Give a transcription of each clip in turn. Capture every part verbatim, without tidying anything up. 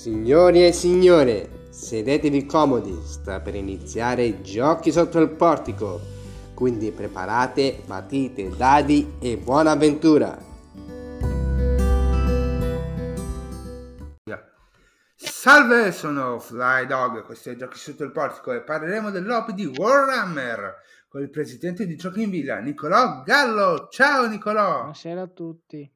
Signori e signore, sedetevi comodi, sta per iniziare Giochi sotto il portico, quindi preparate matite, dadi e buona avventura! Salve, sono Flydog, questo è Giochi sotto il portico e parleremo del lobby di Warhammer con il presidente di Giochi in Villa, Nicolò Gallo. Ciao Nicolò! Buonasera a tutti.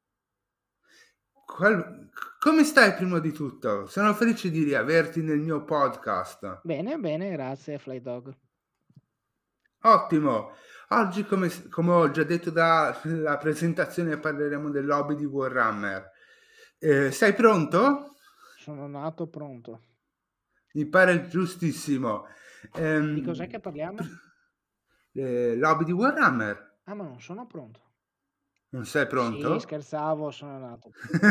Qual- Come stai prima di tutto? Sono felice di riaverti nel mio podcast. Bene, bene, grazie Flydog. Ottimo! Oggi, come, come ho già detto dalla presentazione, parleremo del lobby di Warhammer. Eh, sei pronto? Sono nato pronto. Mi pare giustissimo. Ehm, Di cos'è che parliamo? eh, lobby di Warhammer. Ah, ma non sono pronto. Non sei pronto? Sì, scherzavo, sono nato.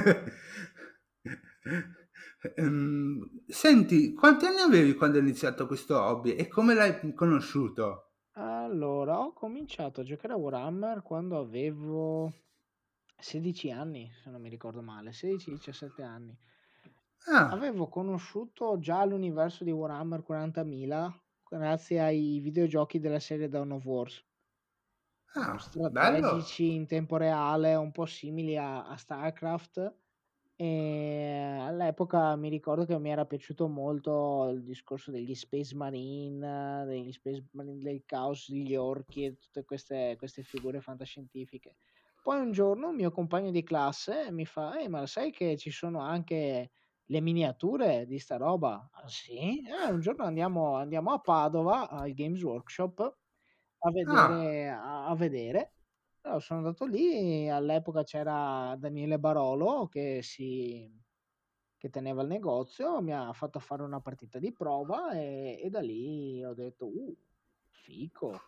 Ehm, senti, quanti anni avevi quando hai iniziato questo hobby e come l'hai conosciuto? Allora, ho cominciato a giocare a Warhammer quando avevo sedici anni, se non mi ricordo male, sedici diciassette anni. Ah, Avevo conosciuto già l'universo di Warhammer quarantamila grazie ai videogiochi della serie Dawn of Wars. ah, bello. Strategici in tempo reale, un po' simili a, a StarCraft. E all'epoca mi ricordo che mi era piaciuto molto il discorso degli Space Marine, degli Space Marine del caos, degli orchi e tutte queste, queste figure fantascientifiche. Poi un giorno un mio compagno di classe mi fa: Ehi, ma sai che ci sono anche le miniature di sta roba? Ah, sì? Eh, un giorno andiamo, andiamo a Padova al Games Workshop a Ah, vedere, a, a vedere. Allora, sono andato lì, all'epoca c'era Daniele Barolo che, si, che teneva il negozio, mi ha fatto fare una partita di prova e, e da lì ho detto, uh, fico,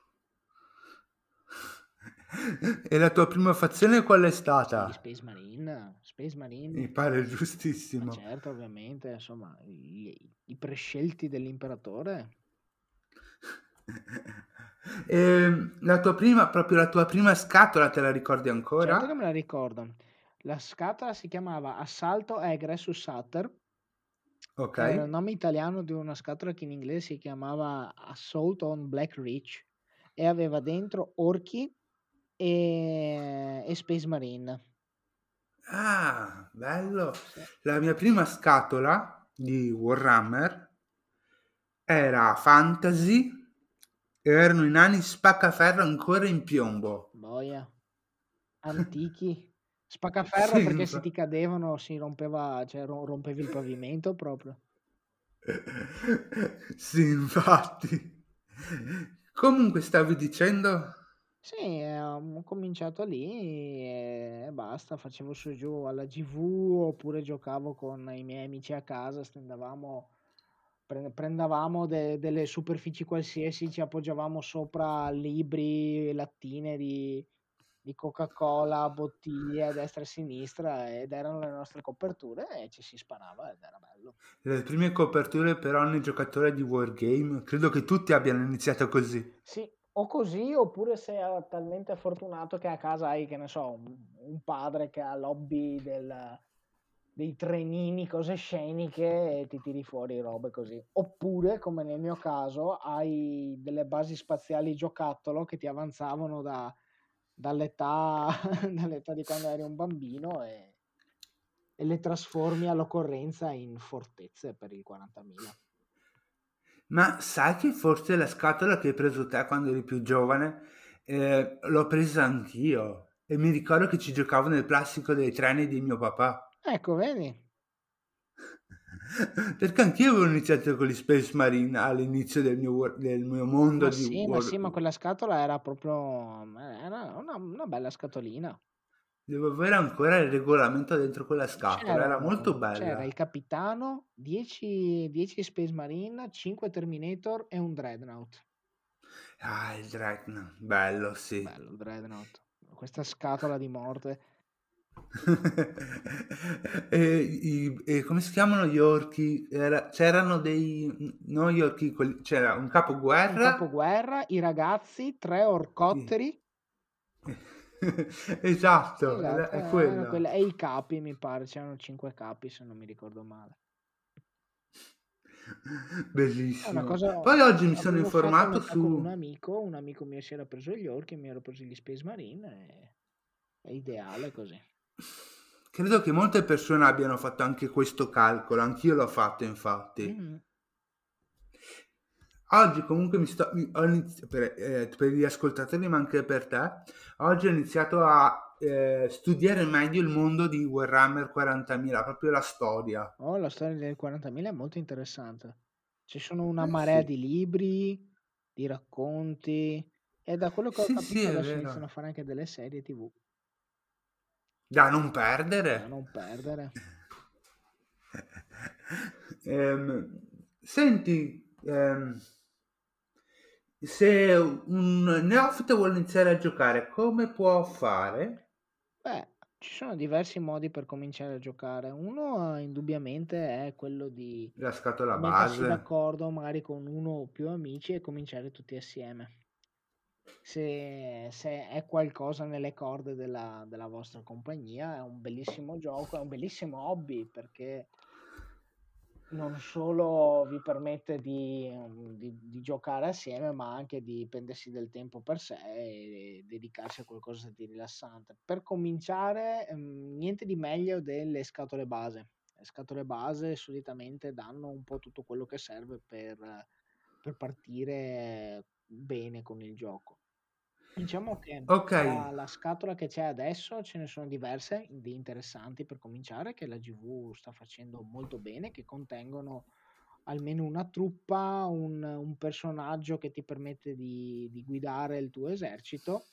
e la tua prima fazione qual è sì, stata? Space Marine, Space Mi Marine, pare ma giustissimo. certo, ovviamente, insomma, i, i prescelti dell'imperatore. E la tua prima, proprio la tua prima scatola, te la ricordi Certo che ancora? me la ricordo. La scatola si chiamava Assalto Egressus Sutter. Ok. Era il nome italiano di una scatola che in inglese si chiamava Assault on Black Ridge e aveva dentro orchi e, e Space Marine. Ah, bello. Sì. La mia prima scatola di Warhammer era fantasy e erano i nani spaccaferro ancora in piombo. Boia, antichi. Spaccaferro Sì, perché se infa- ti cadevano si rompeva, cioè ro- rompevi il pavimento proprio. sì, infatti. Comunque stavi dicendo? Sì, eh, ho cominciato lì e basta, facevo su e giù alla G V oppure giocavo con i miei amici a casa, stendavamo, pre- prendevamo de- delle superfici qualsiasi, ci appoggiavamo sopra libri, lattine di, di Coca-Cola, bottiglie a destra e a sinistra ed erano le nostre coperture e ci si sparava ed era bello. Le prime coperture per ogni giocatore di Wargame, credo che tutti abbiano iniziato così. Sì, o così, oppure sei a- talmente fortunato che a casa hai, che ne so, un, un padre che ha l'hobby del- dei trenini, cose sceniche e ti tiri fuori robe così. Oppure, come nel mio caso, hai delle basi spaziali giocattolo che ti avanzavano da- dall'età, dall'età di quando eri un bambino e, e le trasformi all'occorrenza in fortezze per il quarantamila. Ma sai che forse la scatola che hai preso te quando eri più giovane, eh, l'ho presa anch'io. E mi ricordo che ci giocavo nel plastico dei treni di mio papà. Ecco, vedi? Perché anch'io avevo iniziato con gli Space Marine all'inizio del mio, war- del mio mondo Ma di sì, ma War. sì, ma quella scatola era proprio era una, una bella scatolina. Devo avere ancora il regolamento dentro quella scatola, era molto C'erano, c'era il bella. capitano, dieci, dieci Space Marine, cinque Terminator e un Dreadnought. Ah, il Dreadnought, bello, sì. Bello il Dreadnought. Questa scatola di morte. e, i- e come si chiamano gli orchi? Era- c'erano dei... non gli orchi, quelli- c'era un Un capoguerra. capoguerra, i ragazzi, tre Sì. orcotteri. Esatto, è, Esatto, è erano quello. quelle, e i capi mi pare, c'erano cinque capi se non mi ricordo male. È una Bellissimo. cosa, Poi oggi mi sono avevo fatto informato metà con un su... amico, un amico mio si era preso gli orchi, mi ero preso gli Space Marine, e è ideale così. Credo che molte persone abbiano fatto anche questo calcolo, anch'io l'ho fatto infatti. Mm. Oggi comunque mi sto, mi- ho inizi- per, eh, per gli ascoltatori ma anche per te, oggi ho iniziato a eh, studiare meglio il mondo di Warhammer quarantamila, proprio la storia. Oh, la storia del quarantamila è molto interessante. Ci sono una Eh marea sì, di libri, di racconti, e da quello che ho sì, sì, capito è adesso iniziano a vero. fare anche delle serie T V Da non da perdere. non perdere. Ehm, senti, ehm, se un neofita vuole iniziare a giocare, come può fare? Beh, ci sono diversi modi per cominciare a giocare. Uno, eh, indubbiamente, è quello di La scatola mettersi base? d'accordo magari con uno o più amici e cominciare tutti assieme. Se, se è qualcosa nelle corde della, della vostra compagnia, è un bellissimo gioco, è un bellissimo hobby perché non solo vi permette di, mm, di- di giocare assieme, ma anche di prendersi del tempo per sé e dedicarsi a qualcosa di rilassante. Per cominciare, mm, niente di meglio delle scatole base. Le scatole base solitamente danno un po' tutto quello che serve per, per partire bene con il gioco. Diciamo che Ok, la, la scatola che c'è adesso ce ne sono diverse di interessanti per cominciare, che la G V sta facendo molto bene, che contengono almeno una truppa, un, un personaggio che ti permette di, di guidare il tuo esercito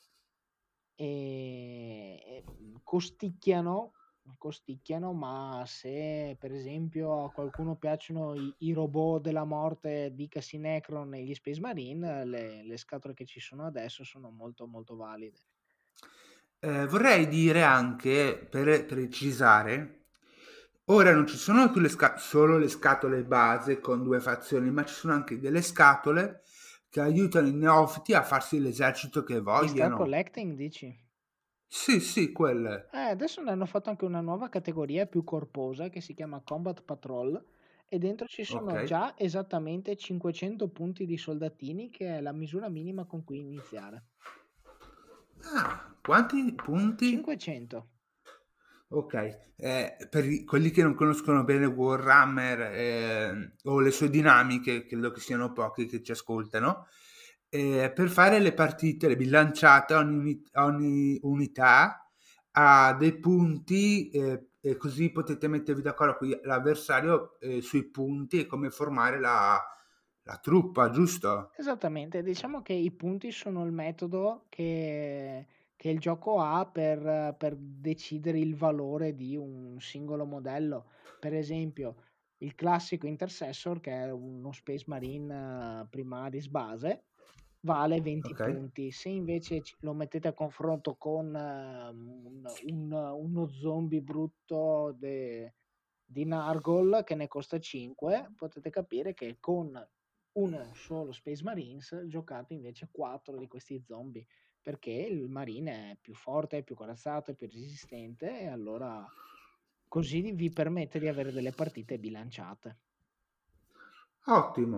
e, e costicchiano, costicchiano, ma se per esempio a qualcuno piacciono i, i robot della morte di Cassie Necron e gli Space Marine, le, le scatole che ci sono adesso sono molto molto valide. eh, vorrei dire anche, per precisare, ora non ci sono più le sca- solo le scatole base con due fazioni, ma ci sono anche delle scatole che aiutano i neofiti a farsi l'esercito che Gli Star vogliono. Collecting, dici? Sì, sì, quelle. Eh, adesso ne hanno fatto anche una nuova categoria più corposa che si chiama Combat Patrol e dentro ci Ok. sono già esattamente cinquecento punti di soldatini, che è la misura minima con cui iniziare. Ah, quanti punti? cinquecento. Ok, eh, per i- quelli che non conoscono bene Warhammer eh, o le sue dinamiche, credo che siano pochi che ci ascoltano, eh, per fare le partite, le bilanciate, ogni, uni- ogni unità ha dei punti eh, e così potete mettervi d'accordo con l'avversario eh, sui punti e come formare la, la truppa, giusto? Esattamente, diciamo che i punti sono il metodo che, che il gioco ha per, per decidere il valore di un singolo modello. Per esempio, il classico Intercessor, che è uno Space Marine eh, Primaris base, vale venti Ok, punti. Se invece ci- lo mettete a confronto con eh, un- un- uno zombie brutto de- di Nargol che ne costa cinque, potete capire che con uno solo Space Marines giocate invece quattro di questi zombie, perché il marine è più forte, è più corazzato, è più resistente, e allora così vi permette di avere delle partite bilanciate. ottimo.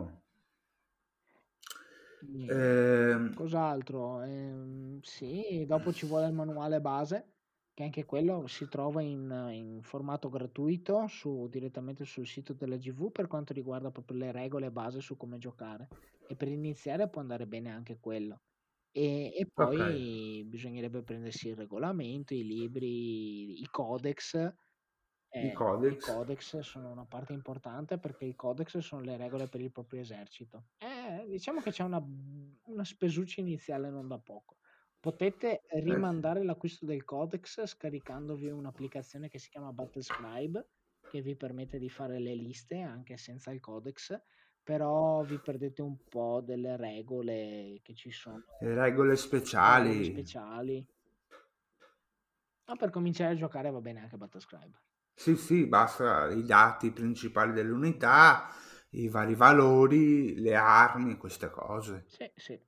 E Ehm, cos'altro? Ehm, sì, dopo ci vuole il manuale base, che anche quello si trova in, in formato gratuito su- direttamente sul sito della G V, per quanto riguarda proprio le regole base su come giocare. E per iniziare può andare bene anche quello. E, e ok, poi bisognerebbe prendersi il regolamento, i libri, i codex. i Eh, i codex. codex sono una parte importante perché i codex sono le regole per il proprio esercito. Eh, diciamo che c'è una, una spesuccia iniziale non da poco. Potete Eh sì. rimandare l'acquisto del codex scaricandovi un'applicazione che si chiama Battlescribe, che vi permette di fare le liste anche senza il codex, però vi perdete un po' delle regole che ci sono, Le regole le regole speciali. speciali. Ma per cominciare a giocare va bene anche Battlescribe. Sì, sì, basta i dati principali dell'unità, i vari valori, le armi, queste cose. Sì, sì.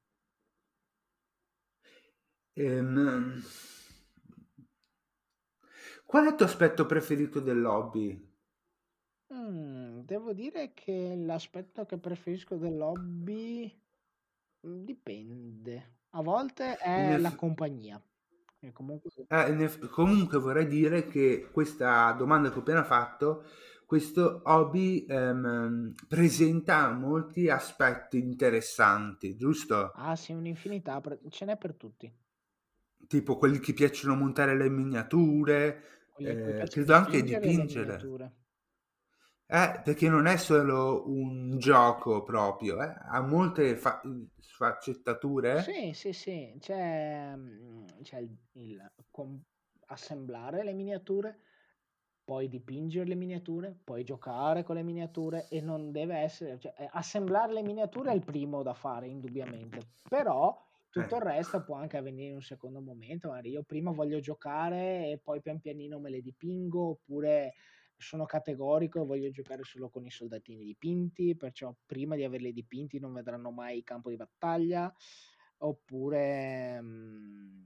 Ehm, qual è il tuo aspetto preferito dell'hobby? Mhmm, devo devo dire che l'aspetto che preferisco dell'hobby mm, dipende. A volte In è la eff- compagnia. E comunque eh, in eff- comunque vorrei dire che questa domanda che ho appena fatto, questo hobby ehm, presenta molti aspetti interessanti, giusto? ah sì, un'infinità, per- ce n'è per tutti. Tipo quelli che piacciono montare le miniature, Quelli a cui eh, piace credo anche dipingere le dipingere. miniature. Eh, perché non è solo un gioco proprio, eh, ha molte fa- sfaccettature. Sì, sì, sì, c'è, mm, c'è il, il com- assemblare le miniature, poi dipingere le miniature, poi giocare con le miniature e non deve essere, cioè, eh, assemblare le miniature è il primo da fare, indubbiamente, però tutto Eh, il resto può anche avvenire in un secondo momento, magari io prima voglio giocare e poi pian pianino me le dipingo, oppure sono categorico e voglio giocare solo con i soldatini dipinti, perciò prima di averli dipinti non vedranno mai il campo di battaglia, oppure, mm,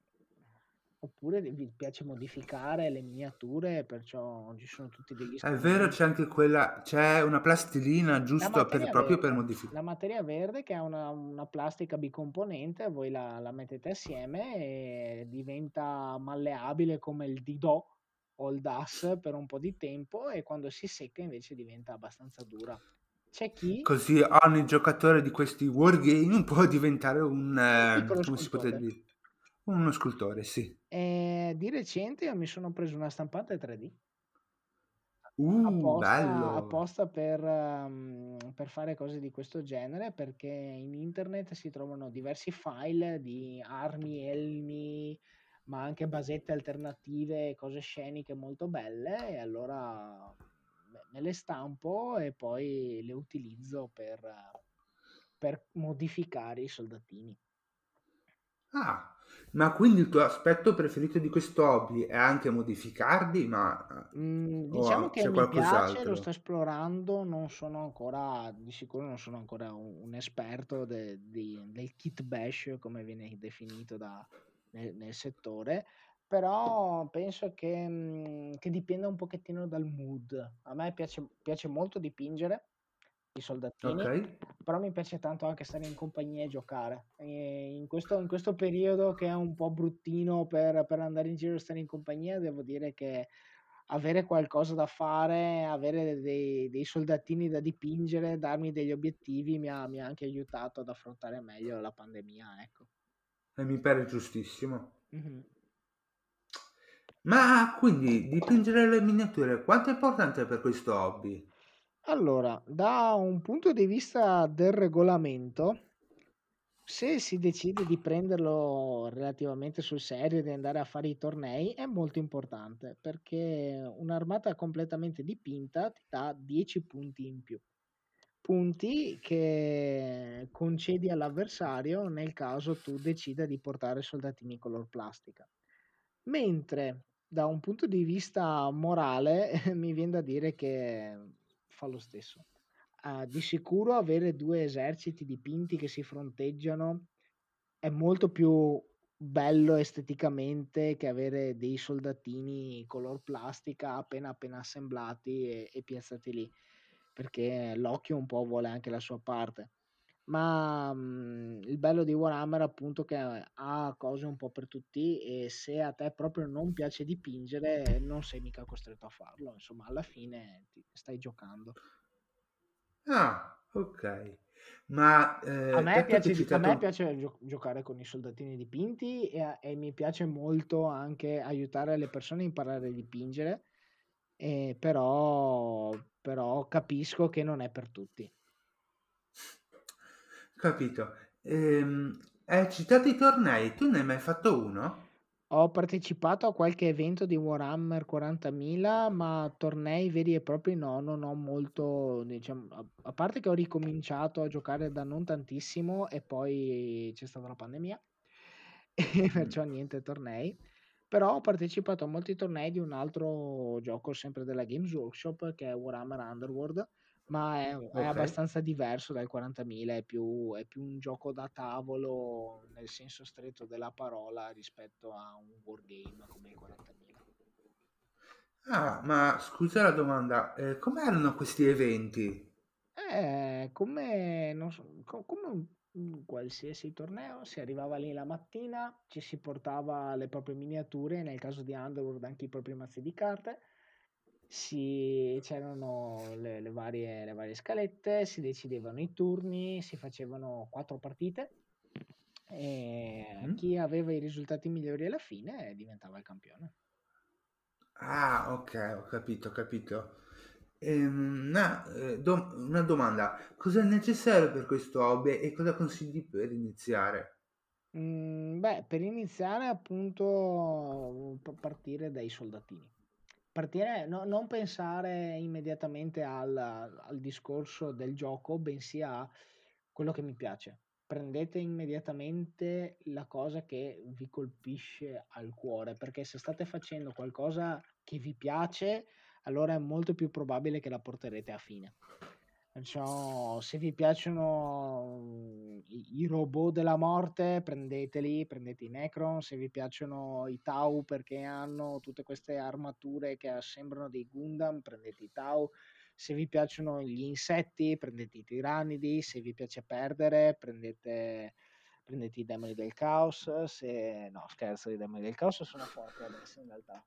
oppure vi piace modificare le miniature, perciò ci sono tutti degli è vero, strumenti. c'è anche quella, c'è una plastilina La giusto per, materia proprio per verde, modificare. la materia verde che è una, una plastica bicomponente, voi la, la mettete assieme e diventa malleabile come il Didò o il D A S per un po' di tempo e quando si secca invece diventa abbastanza dura. C'è chi, Così ogni giocatore di questi wargame può diventare un, un eh, piccolo come si potrebbe scultore. dire, uno scultore, sì. E di recente io mi sono preso una stampante tre D Uh, apposta, bello. apposta per, ehm, per fare cose di questo genere perché in internet si trovano diversi file di armi, elmi, ma anche basette alternative, cose sceniche molto belle e allora me me le stampo e poi le utilizzo per, per modificare i soldatini. Ah, ma quindi il tuo aspetto preferito di questo hobby è anche modificarli, ma Mhmm, diciamo o che c'è mi piace, lo sto qualcos'altro? esplorando, non sono ancora di sicuro non sono ancora u un esperto de di del kit bash, come viene definito da nel nel settore, però penso che mhmm, che dipenda un pochettino dal mood. A me piace piace molto dipingere i Ok? soldatini, però mi piace tanto anche stare in compagnia e giocare. E in questo in questo periodo che è un po' bruttino per per andare in giro e stare in compagnia, devo dire che avere qualcosa da fare, avere dei dei soldatini da dipingere, darmi degli obiettivi mi ha mi ha anche aiutato ad affrontare meglio la pandemia, ecco. E mi pare giustissimo. Mh-mh. Ma quindi dipingere le miniature, quanto è importante per questo hobby? Allora, da un punto di vista del regolamento, se si decide di prenderlo relativamente sul serio e di andare a fare i tornei, è molto importante perché un'armata completamente dipinta ti dà dieci punti in più. Punti che concedi all'avversario nel caso tu decida di portare soldatini color plastica. Mentre da un punto di vista morale mi vien da dire che fa lo stesso. Ah, di sicuro avere due eserciti dipinti che si fronteggiano è molto più bello esteticamente che avere dei soldatini color plastica appena appena assemblati e e piazzati lì, perché l'occhio un po' vuole anche la sua parte. Ma, mhmm, il bello di Warhammer appunto che ha cose un po' per tutti e se a te proprio non piace dipingere, non sei mica costretto a farlo, insomma alla fine ti stai giocando. Ah, ok. Ma A eh, me dato che piace hai di a me citato... piace gio giocare con i soldatini dipinti e a e mi piace molto anche aiutare le persone a imparare a dipingere, ehm, però però capisco che non è per tutti. Capito. Ehm, hai citato i tornei, tu ne hai mai fatto uno? Ho partecipato a qualche evento di Warhammer quarantamila, ma tornei veri e propri no, non ho molto diciam a a parte che ho ricominciato a giocare da non tantissimo e poi c'è stata la pandemia e Mm, perciò niente tornei, però ho partecipato a molti tornei di un altro gioco sempre della Games Workshop che è Warhammer Underworld, ma è è ok. abbastanza diverso dal quarantamila, è più è più un gioco da tavolo nel senso stretto della parola rispetto a un wargame come il quarantamila. Ah, ma scusa la domanda, eh, com'erano questi eventi? Eh, come, non so, co- come un, un qualsiasi torneo, si arrivava lì la mattina, ci si portava le proprie miniature, nel caso di Underworld anche i propri mazzi di carte, si, c'erano le, le varie, le varie scalette, si decidevano i turni, si facevano quattro partite e Mm? chi aveva i risultati migliori alla fine diventava il campione. Ah, ok, ho capito, ho capito. Ehm, una, eh, dom- una domanda, cosa è necessario per questo hobby e cosa consigli per iniziare? Mm, beh, per iniziare appunto p- partire dai soldatini. Partire, no- non pensare immediatamente al, al discorso del gioco, bensì a quello che mi piace. Prendete immediatamente la cosa che vi colpisce al cuore, perché se state facendo qualcosa che vi piace, allora è molto più probabile che la porterete a fine. Perciò, se vi piacciono mm, i, i robot della morte, prendeteli, prendete i Necron. Se vi piacciono i Tau perché hanno tutte queste armature che sembrano dei Gundam, prendete i Tau. Se vi piacciono gli insetti, prendete i tirannidi. Se vi piace perdere, prendete, prendete i demoni del caos. Se... No, scherzo, i demoni del caos sono forti adesso in realtà.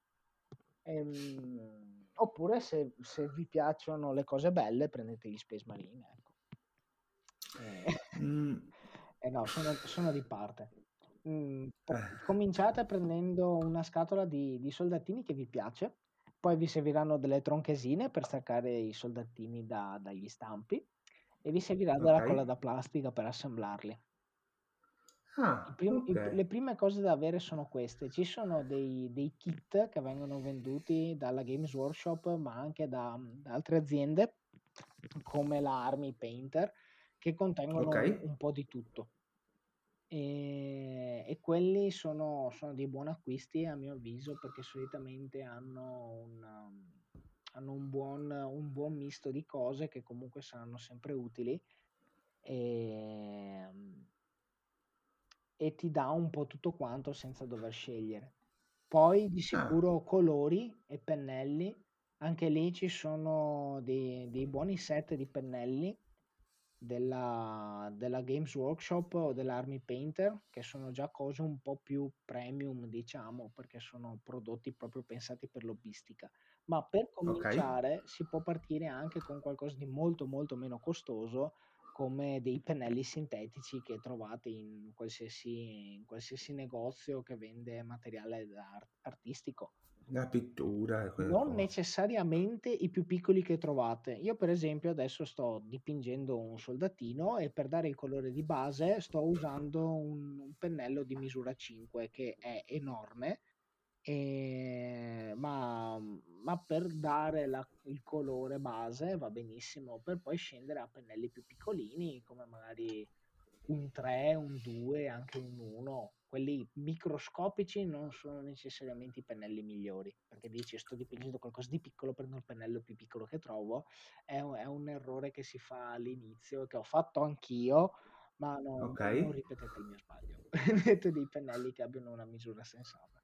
Ehm, oppure se, se vi piacciono le cose belle, prendete gli Space Marine, ecco. Eh, Mm, eh no, sono, sono di parte. Mm, po- eh, cominciate prendendo una scatola di, di soldatini che vi piace, poi vi serviranno delle tronchesine per staccare i soldatini da- dagli stampi e vi servirà ok. della colla da plastica per assemblarli. I Ah, prim- ok, i- le prime cose da avere sono queste. Ci sono dei, dei kit che vengono venduti dalla Games Workshop, ma anche da, da altre aziende come la Army Painter, che contengono ok. un, un po' di tutto. E, e quelli sono, sono dei buoni acquisti a mio avviso perché solitamente hanno un, um, hanno un buon, un buon misto di cose che comunque saranno sempre utili. E, e ti dà un po' tutto quanto senza dover scegliere. Poi di Ah, sicuro colori e pennelli, anche lì ci sono dei, dei buoni set di pennelli della, della Games Workshop o dell'Army Painter, che sono già cose un po' più premium, diciamo, perché sono prodotti proprio pensati per lobbistica. Ma per ok. cominciare si può partire anche con qualcosa di molto molto meno costoso, come dei pennelli sintetici che trovate in qualsiasi, in qualsiasi negozio che vende materiale da- artistico. La pittura e quelle Non cose. necessariamente i più piccoli che trovate. Io per esempio adesso sto dipingendo un soldatino e per dare il colore di base sto usando un, un pennello di misura cinque che è enorme, e- ma, ma per dare la- il colore base va benissimo, per poi scendere a pennelli più piccolini come magari un tre, un due, anche un uno. Quelli microscopici non sono necessariamente i pennelli migliori, perché dici sto dipingendo qualcosa di piccolo, prendo il pennello più piccolo che trovo. È un, è un errore che si fa all'inizio, che ho fatto anch'io, ma no- Ok. no- non ripetete il mio sbaglio. Prendete dei pennelli che abbiano una misura sensata.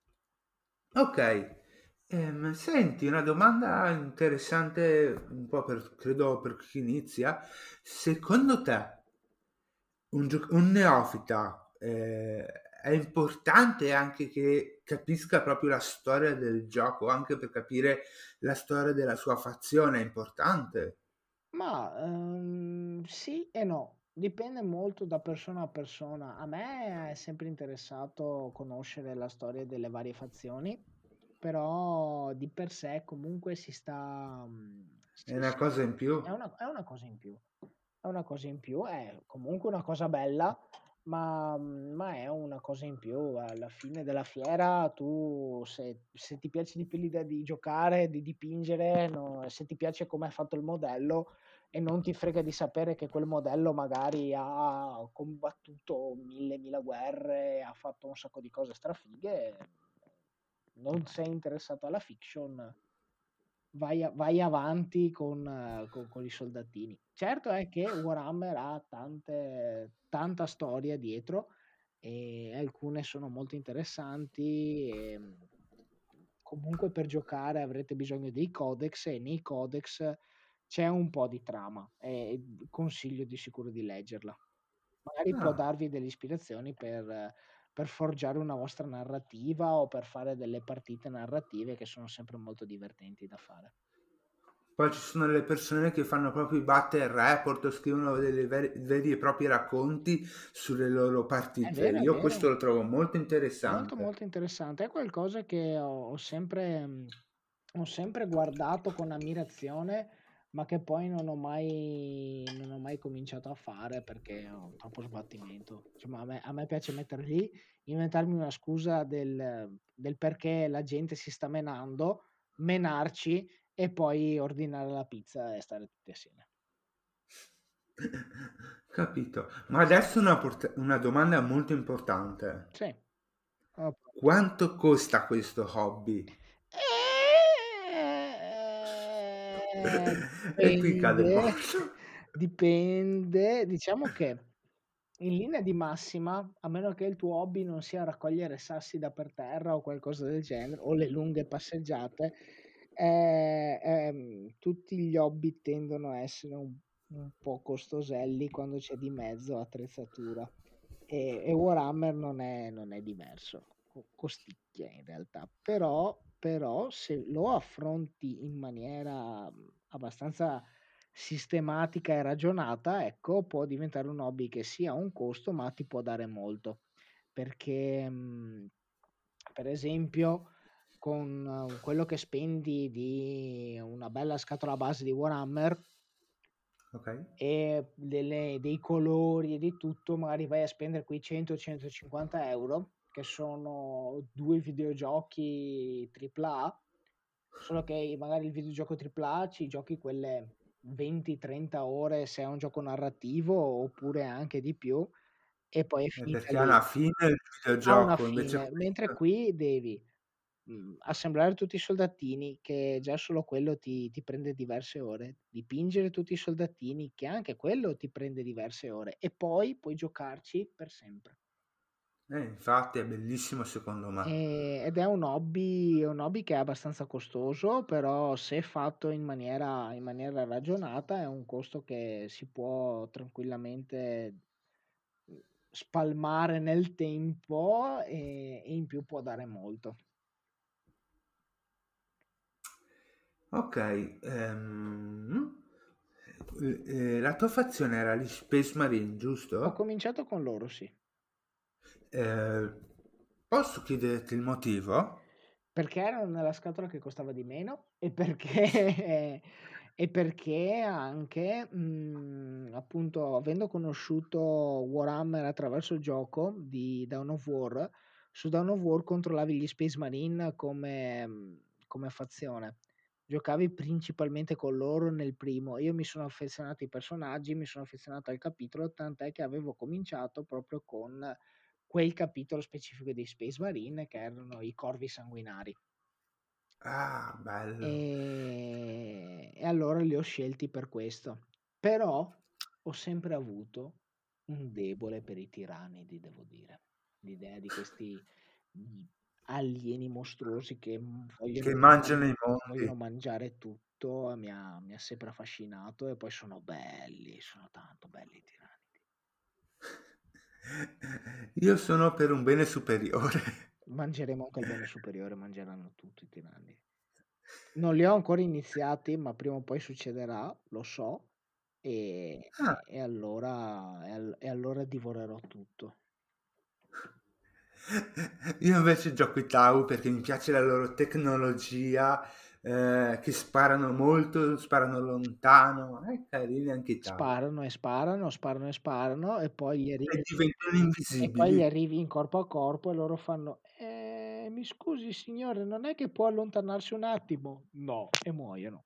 Ok. Ehm, senti, una domanda interessante, un po' per, credo per chi inizia. Secondo te, un, gio- un neofita eh, è importante anche che capisca proprio la storia del gioco, anche per capire la storia della sua fazione, è importante. Ma ehm, sì e no, dipende molto da persona a persona. A me è sempre interessato conoscere la storia delle varie fazioni, però di per sé comunque si sta... mm, È si- una si- cosa in più. è una, è una cosa in più. È una cosa in più, è comunque una cosa bella, ma, ma è una cosa in più. Alla fine della fiera, tu se, se ti piace di più l'idea di giocare, di dipingere, no, se ti piace come è fatto il modello e non ti frega di sapere che quel modello magari ha combattuto mille, mille guerre, ha fatto un sacco di cose strafighe, non sei interessato alla fiction, vai, a- vai avanti con, eh, con- con i soldatini. Certo è che Warhammer ha tante, tanta storia dietro e alcune sono molto interessanti, e, comunque per giocare avrete bisogno dei codex e nei codex c'è un po' di trama e consiglio di sicuro di leggerla. Magari può Ah. darvi delle ispirazioni per per forgiare una vostra narrativa o per fare delle partite narrative che sono sempre molto divertenti da fare. Poi ci sono le persone che fanno proprio i battle report o scrivono delle veri, veri e propri racconti sulle loro È partite. vero, è Io questo vero. lo trovo molto Molto, interessante. molto interessante. È qualcosa che ho ho sempre mhmm, ho sempre guardato con ammirazione, ma che poi non ho mai non ho mai cominciato a fare perché ho troppo sbattimento. Insomma, a me a me piace mettere lì, inventarmi una scusa del del perché la gente si sta menando, menarci e poi ordinare la pizza e stare tutti assieme. Capito. Ma adesso una, port- una domanda molto importante. Sì, sono pronto. Quanto costa questo hobby? Ehm, E qui cade il dipende, morso. dipende. Diciamo che in linea di massima, a meno che il tuo hobby non sia raccogliere sassi da per terra o qualcosa del genere, o le lunghe passeggiate, ehm, ehm, tutti gli hobby tendono a essere un un po' costoselli quando c'è di mezzo attrezzatura. E e Warhammer non è non è diverso, co costicchia in realtà, però però se lo affronti in maniera, mhmm, abbastanza sistematica e ragionata, ecco, può diventare un hobby che sì ha un costo, ma ti può dare molto. Perché, mhmm, per esempio con eh, quello che spendi di una bella scatola base di Warhammer Ok? e delle dei colori e di tutto, magari vai a spendere quei cento, centocinquanta euro che sono due videogiochi tripla A, solo che magari il videogioco tripla A ci giochi quelle venti, trenta ore se è un gioco narrativo, oppure anche di più, e poi è Eh, finita perché lì. alla fine il Ha una videogioco, invece fine, mentre questo, qui devi Mhmm, assemblare tutti i soldatini, che già solo quello ti ti prende diverse ore, dipingere tutti i soldatini, che anche quello ti prende diverse ore, e poi puoi giocarci per sempre. eh, infatti è bellissimo secondo me. Ehm, ed è un hobby è un hobby che è abbastanza costoso, però se fatto in maniera in maniera ragionata è un costo che si può tranquillamente, mhmm, spalmare nel tempo, e e in più può dare molto. Ok, ehm, eh, eh, la tua fazione era gli Space Marine, Ho giusto? cominciato con loro, sì. Eh, posso chiederti il motivo? Perché erano nella scatola che costava di meno e perché e perché anche, mhmm, appunto, avendo conosciuto Warhammer attraverso il gioco di Dawn of War, su Dawn of War controllavi gli Space Marine come mhmm, come fazione. Giocavi principalmente con loro nel primo. Io mi sono affezionato ai personaggi, mi sono affezionato al capitolo, tant'è che avevo cominciato proprio con quel capitolo specifico dei Space Marine che erano i corvi sanguinari. Ah, bello. Ehm, e allora li ho scelti per questo. Però ho sempre avuto un debole per i tiranidi, devo dire. L'idea di questi, mhmm, alieni mostruosi che, mhmm, Che vogliono man mangiano i vogliono mondi. mangiare tutto, mi ha mi ha sempre affascinato, e poi sono belli, sono tanto belli i tiranidi. Io sono per un bene superiore. Mangeremo anche il bene superiore, mangeranno tutto i tiranidi. Non li ho ancora iniziati, ma prima o poi succederà, lo so, e Ah, e allora e al e allora divorerò tutto. io invece gioco i Tau perché mi piace la loro tecnologia, eh, che sparano molto, sparano lontano. Eh, carini anche i Tau. Sparano e sparano, sparano e sparano, e poi gli E arrivi diventano e poi gli invisibili. arrivi in corpo a corpo e loro fanno: "Ehm, mi scusi signore, non è che può allontanarsi un attimo?" "No." E muoiono.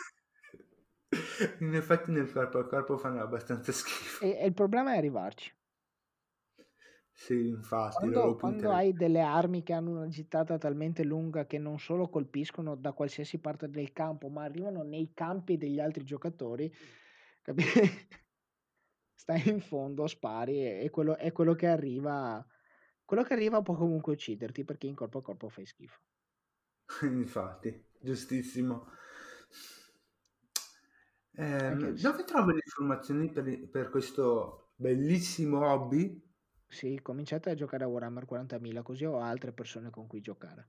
In effetti nel corpo a corpo fanno abbastanza E schifo. e il problema è arrivarci. Sì, infatti, Quando loro quando punterebbero. hai delle armi che hanno una gittata talmente lunga che non solo colpiscono da qualsiasi parte del campo, ma arrivano nei campi degli altri giocatori, capi stai in fondo, spari, e e quello e quello che arriva quello che arriva può comunque ucciderti, perché in corpo a corpo fai schifo. Infatti, giustissimo. Anche Ehm, s dove trovi le informazioni per i per questo bellissimo hobby? Sì, cominciate a giocare a Warhammer quarantamila, così ho altre persone con cui giocare.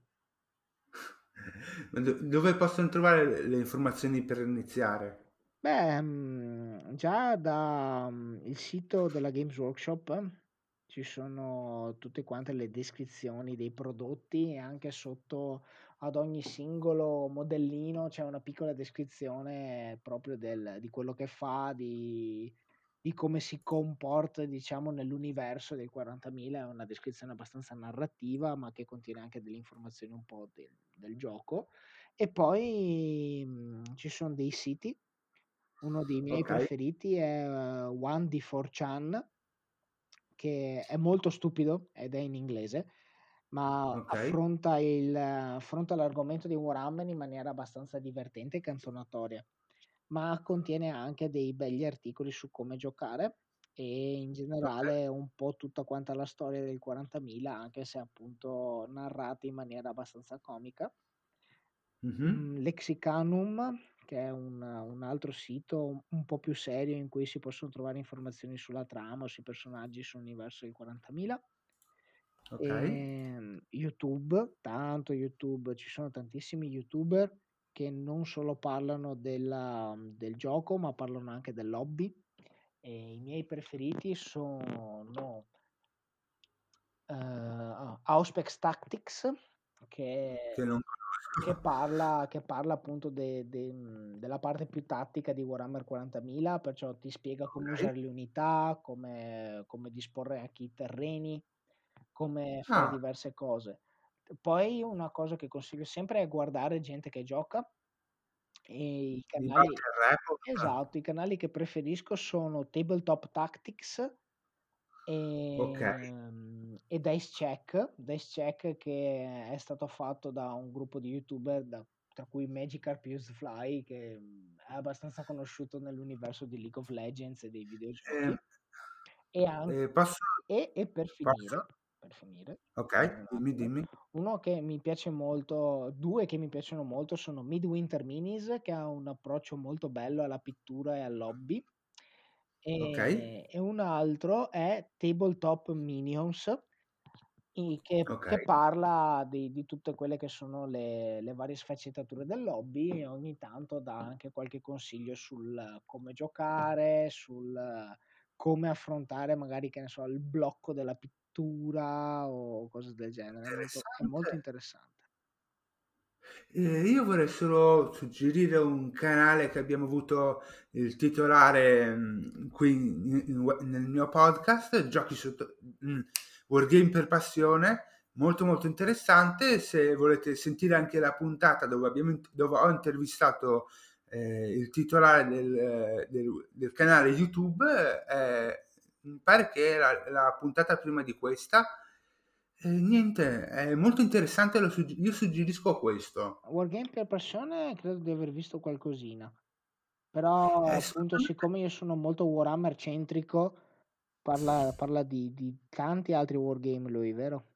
Ma do dove possono trovare le le informazioni per iniziare? Beh, mhmm, già da, mhmm, il sito della Games Workshop ci sono tutte quante le descrizioni dei prodotti e anche sotto ad ogni singolo modellino c'è una piccola descrizione proprio del di quello che fa, di di come si comporta, diciamo, nell'universo dei quarantamila. È una descrizione abbastanza narrativa, ma che contiene anche delle informazioni un po' del del gioco. E poi, mhmm, ci son dei siti. Uno dei miei Okay, preferiti è uhm, one d four chan, che è molto stupido ed è in inglese, ma okay. affronta il affronta l'argomento di Warhammer in maniera abbastanza divertente e canzonatoria, ma contiene anche dei begli articoli su come giocare e in Okay. generale un po' tutta quanta la storia del quarantamila, anche se appunto narrata in maniera abbastanza comica. Mh-mh. Mhmm, Lexicanum, che è un un altro sito un un po' più serio in cui si possono trovare informazioni sulla trama, sui personaggi, sull'universo del quarantamila. Okay. Ehm, YouTube, tanto YouTube, ci sono tantissimi YouTuber che non solo parlano della del gioco, ma parlano anche dell'hobby. E i miei preferiti sono, ehm, Auspex Tactics, che Che non che conosco. parla che parla appunto de de mhmm, della parte più tattica di Warhammer quarantamila, perciò ti spiega come Okay. usare le unità, come come disporre anche i terreni, come fare Ah, diverse cose. Poi una cosa che consiglio sempre è guardare gente che gioca, e i in canali Battle Report? esatto, i canali che preferisco sono Tabletop Tactics, Okay. ehm, e Dice Check. Dice Check che è stato fatto da un gruppo di YouTuber da tra cui Magikarp Used Fly, che, mhmm, è abbastanza conosciuto nell'universo di League of Legends e dei Ehm, videogiochi. E an ehm, posso e e per posso finire per finire, okay, scusami un dimmi, attimo, dimmi. uno che mi piace molto due che mi piacciono molto sono Midwinter Minis, che ha un approccio molto bello alla pittura e all'hobby, Okay, ehm, e un altro è Tabletop Minions, i che che okay. parla di di tutte quelle che sono le le varie sfaccettature dell'hobby e ogni tanto dà anche qualche consiglio sul come giocare, sul come affrontare magari, che ne so, il blocco della pittura o cose del genere. È molto è Interessante. molto interessante. Ehm, io vorrei solo suggerire un canale che abbiamo avuto il titolare, mhmm, qui in in we nel mio podcast, Giochi sotto mhmm, Wargame per passione, molto, molto interessante. Se volete sentire anche la puntata dove abbiamo int dove ho intervistato, ehm, il titolare del del del canale YouTube, ehm, mi pare che era la puntata prima di questa. E niente, è molto interessante, lo sugge io suggerisco questo. Wargame per persone credo di aver visto qualcosina, però Eh, appunto secondo me siccome io sono molto Warhammer centrico, parla parla di di tanti altri wargame lui, vero?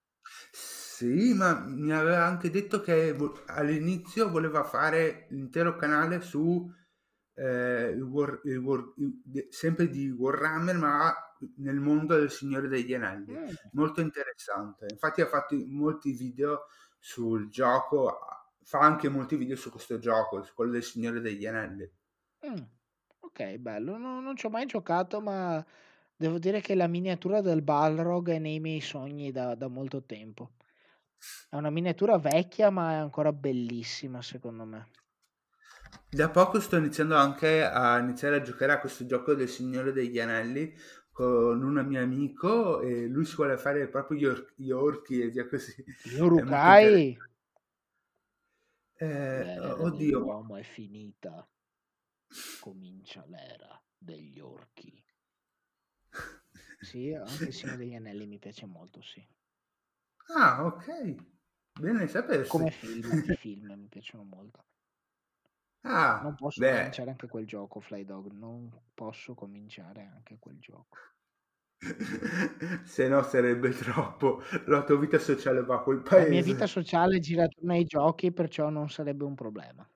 sì, ma mi aveva anche detto che vo all'inizio voleva fare l'intero canale su, ehm, il War il War il de sempre di Warhammer, ma nel mondo del Signore degli Anelli. Mh. Molto interessante. Infatti ha fatto i molti video sul gioco, a fa anche molti video su questo gioco, su quello del Signore degli Anelli. Mh. Okay, bello. No, non ci ho mai giocato, ma devo dire che la miniatura del Balrog è nei miei sogni da da molto tempo. È una miniatura vecchia, ma è ancora bellissima secondo me. Da poco sto iniziando anche a iniziare a giocare a questo gioco del Signore degli Anelli con un mio amico e lui si vuole fare proprio gli, or- gli orchi e via così. Gli È molto Uruk-hai? interessante. Eh, L'era oddio, dell'uomo è finita, comincia l'era degli orchi. Sì, anche il Signore degli Anelli mi piace molto, sì. ah, ok, bene Come sapersi. film, i film mi piacciono molto. Non Ah, posso beh, cominciare anche quel gioco, Fly Dog, non posso cominciare anche quel gioco. Se no sarebbe troppo. La tua vita sociale va a quel La mia vita paese. sociale gira attorno ai giochi, perciò non sarebbe un problema.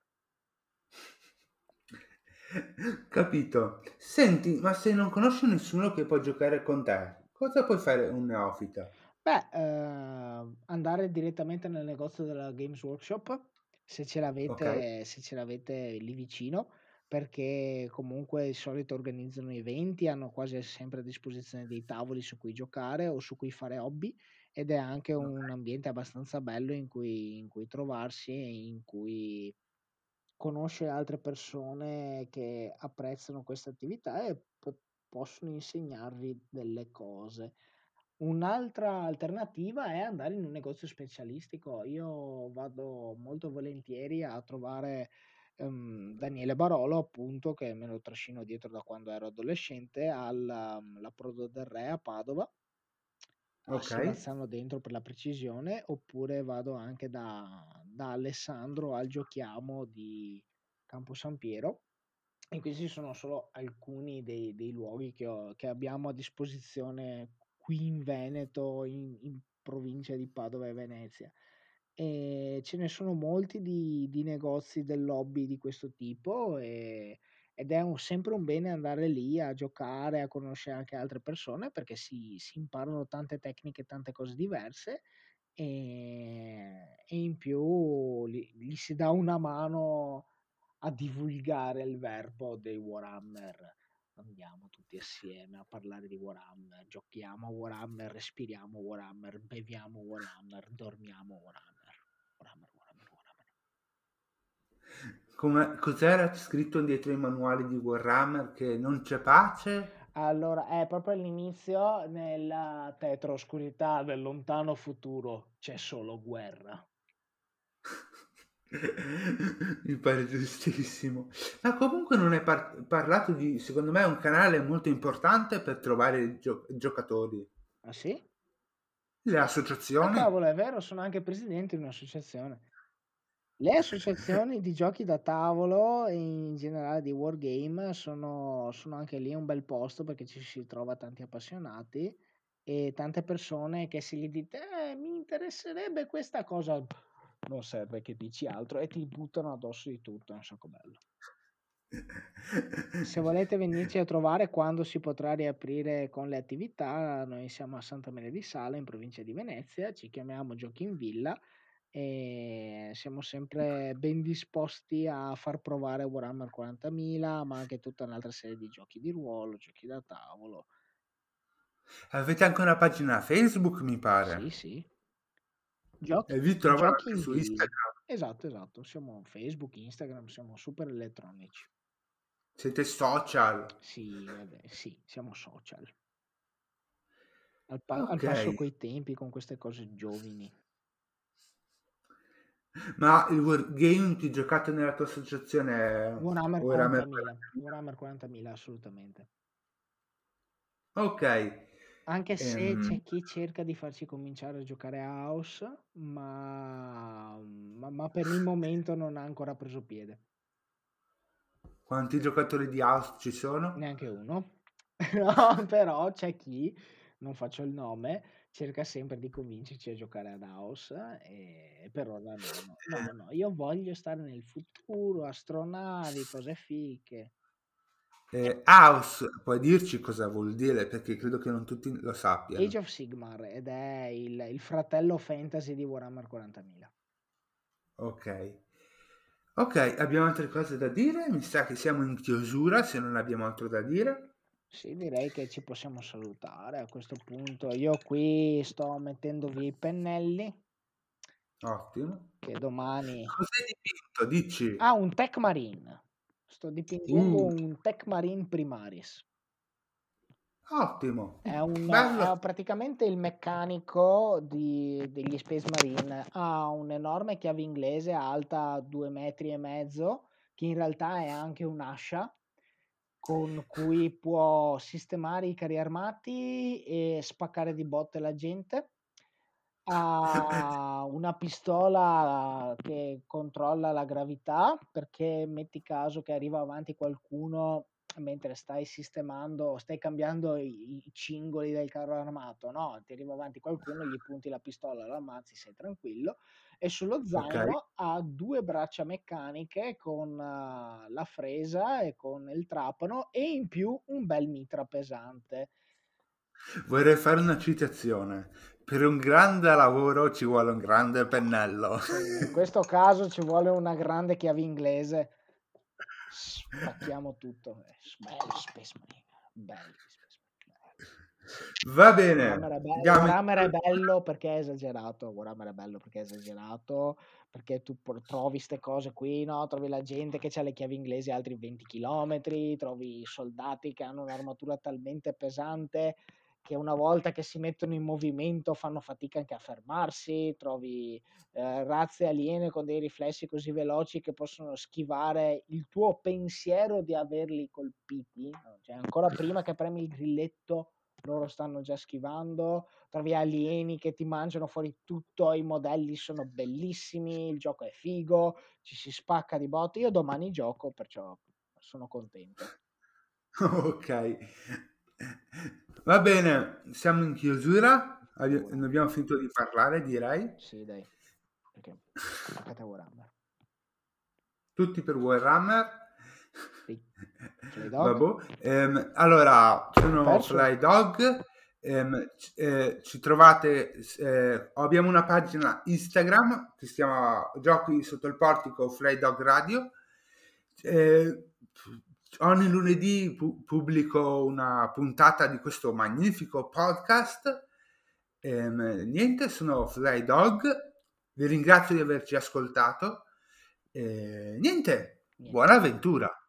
Capito. Senti, ma se non conosci nessuno che può giocare con te, cosa puoi fare un neofita? Beh, ehm, andare direttamente nel negozio della Games Workshop, se ce Ok? l'avete se ce l'avete lì vicino, perché comunque di solito organizzano eventi, hanno quasi sempre a disposizione dei tavoli su cui giocare o su cui fare hobby, ed è anche Ok. un ambiente abbastanza bello in cui in cui trovarsi e in cui conoscere altre persone che apprezzano questa attività e po possono insegnarvi delle cose. Un'altra alternativa è andare in un negozio specialistico. Io vado molto volentieri a trovare, ehm, Daniele Barolo, appunto, che me lo trascino dietro da quando ero adolescente, al mhmm, l'Approdo del Re a Padova, a Ok. Serazzano Dentro per la precisione, oppure vado anche da da Alessandro al Giochiamo di Campo San Piero. E questi sono solo alcuni dei dei luoghi che ho che abbiamo a disposizione qui in Veneto, in in provincia di Padova e Venezia. Ehm, ce ne sono molti di di negozi dell'hobby di questo tipo, ehm, ed è un sempre un bene andare lì a giocare, a conoscere anche altre persone, perché si si imparano tante tecniche, tante cose diverse, ehm, e in più gli gli si dà una mano a divulgare il verbo dei Warhammer. Andiamo tutti assieme a parlare di Warhammer, giochiamo a Warhammer, respiriamo Warhammer, beviamo Warhammer, dormiamo Warhammer. Warhammer, Warhammer, Warhammer. Come, cos'era scritto dietro i manuali di Warhammer? Che non c'è pace? Allora, è proprio all'inizio, nella tetra oscurità del lontano futuro, c'è solo guerra. Mi pare giustissimo. Ma comunque non hai par- parlato di, secondo me, un canale molto importante per trovare gio- giocatori. Ah sì? Le Ah associazioni. cavolo, è vero, sono anche presidente di un'associazione. Le associazioni di giochi da tavolo e in generale di wargame sono sono anche lì un bel posto, perché ci si trova tanti appassionati e tante persone che se gli dite: "Eh, mi interesserebbe questa cosa", non serve che dici altro e ti buttano addosso di tutto, è un sacco bello. Se volete venirci a trovare quando si potrà riaprire con le attività, noi siamo a Santa Maria di Sala, in provincia di Venezia, ci chiamiamo Giochi in Villa e siamo sempre ben disposti a far provare Warhammer quarantamila, ma anche tutta un'altra serie di giochi di ruolo, giochi da tavolo. Avete anche una pagina Facebook, mi Sì, pare. sì. Giochi, E vi trovano giochi anche in su Villa. Instagram. Esatto, esatto. Siamo Facebook, Instagram, siamo super elettronici. Siete social. Sì, vabbè, sì, siamo social. Al, pa- al Ok. passo coi tempi con queste cose giovani. Ma il wargame che giocate nella tua associazione è Warhammer Warhammer quarantamila. quarantamila? Warhammer quarantamila, assolutamente. Ok. Anche se Ehm, c'è chi cerca di farci cominciare a giocare a House, ma, ma, ma per il momento non ha ancora preso piede. quanti giocatori di House ci sono? Neanche uno. No, però c'è chi, non faccio il nome, cerca sempre di convincerci a giocare ad House e per ora no, no, no, no. Io voglio stare nel futuro, astronavi, cose fiche. Eh, House, puoi dirci cosa vuol dire? Perché credo che non tutti lo Age sappiano. of Sigmar ed è il, il fratello fantasy di Warhammer quarantamila. Ok. Ok, abbiamo altre cose da dire? Mi sa che siamo in chiusura se non abbiamo altro da dire. Sì, direi che ci possiamo salutare a questo punto. Io qui sto mettendo via i pennelli Ottimo. che domani... Cos'hai dipinto? Dici. Ah, un Tech Marine. Sto dipingendo Uh, un Tech Marine Primaris. ottimo. È un, Bello. è praticamente il meccanico di- degli Space Marine. Ha un'enorme chiave inglese alta due metri e mezzo, che in realtà è anche un'ascia con cui può sistemare i carri armati e spaccare di botte la gente. Ha una pistola che controlla la gravità, perché metti caso che arriva avanti qualcuno mentre stai sistemando, stai cambiando i, i cingoli del carro armato, no? Ti arriva avanti qualcuno, gli punti la pistola, lo ammazzi, sei tranquillo. E sullo Ok. zaino ha due braccia meccaniche con uh, la fresa e con il trapano, e in più un bel mitra pesante. Vorrei fare una citazione. Per un grande lavoro ci vuole un grande pennello. Sì, in questo caso ci vuole una grande chiave inglese. Spacchiamo tutto. Eh, belli Space Marine, belli Space Marine. Va bene. Warhammer è, be- Abbiamo Warhammer è bello perché è esagerato. Warhammer è bello perché è esagerato. Perché tu por- trovi queste cose qui, no? Trovi la gente che ha le chiavi inglesi a altri venti chilometri, trovi i soldati che hanno un'armatura talmente pesante che una volta che si mettono in movimento fanno fatica anche a fermarsi, trovi eh, razze aliene con dei riflessi così veloci che possono schivare il tuo pensiero di averli colpiti, no? Cioè ancora prima che premi il grilletto loro stanno già schivando, trovi alieni che ti mangiano fuori tutto, i modelli sono bellissimi, il gioco è figo, ci si spacca di botte. Io domani gioco, perciò sono contento. Ok. Va bene, siamo in chiusura. Abbi- Ora. Non abbiamo finito di parlare, direi. Sì, dai, perché attaccate a Warhammer. Tutti per Warhammer. Sì. Fly Dog? Vabbè. Ehm, allora, sono Perso? Fly Dog. Ehm, c- eh, ci trovate, eh, abbiamo una pagina Instagram che si chiama Giochi sotto il portico Fly Dog Radio. Eh, ogni lunedì pu- pubblico una puntata di questo magnifico podcast. Ehm, niente, sono Fly Dog, vi ringrazio di averci ascoltato. Eh, niente, Niente. buona avventura.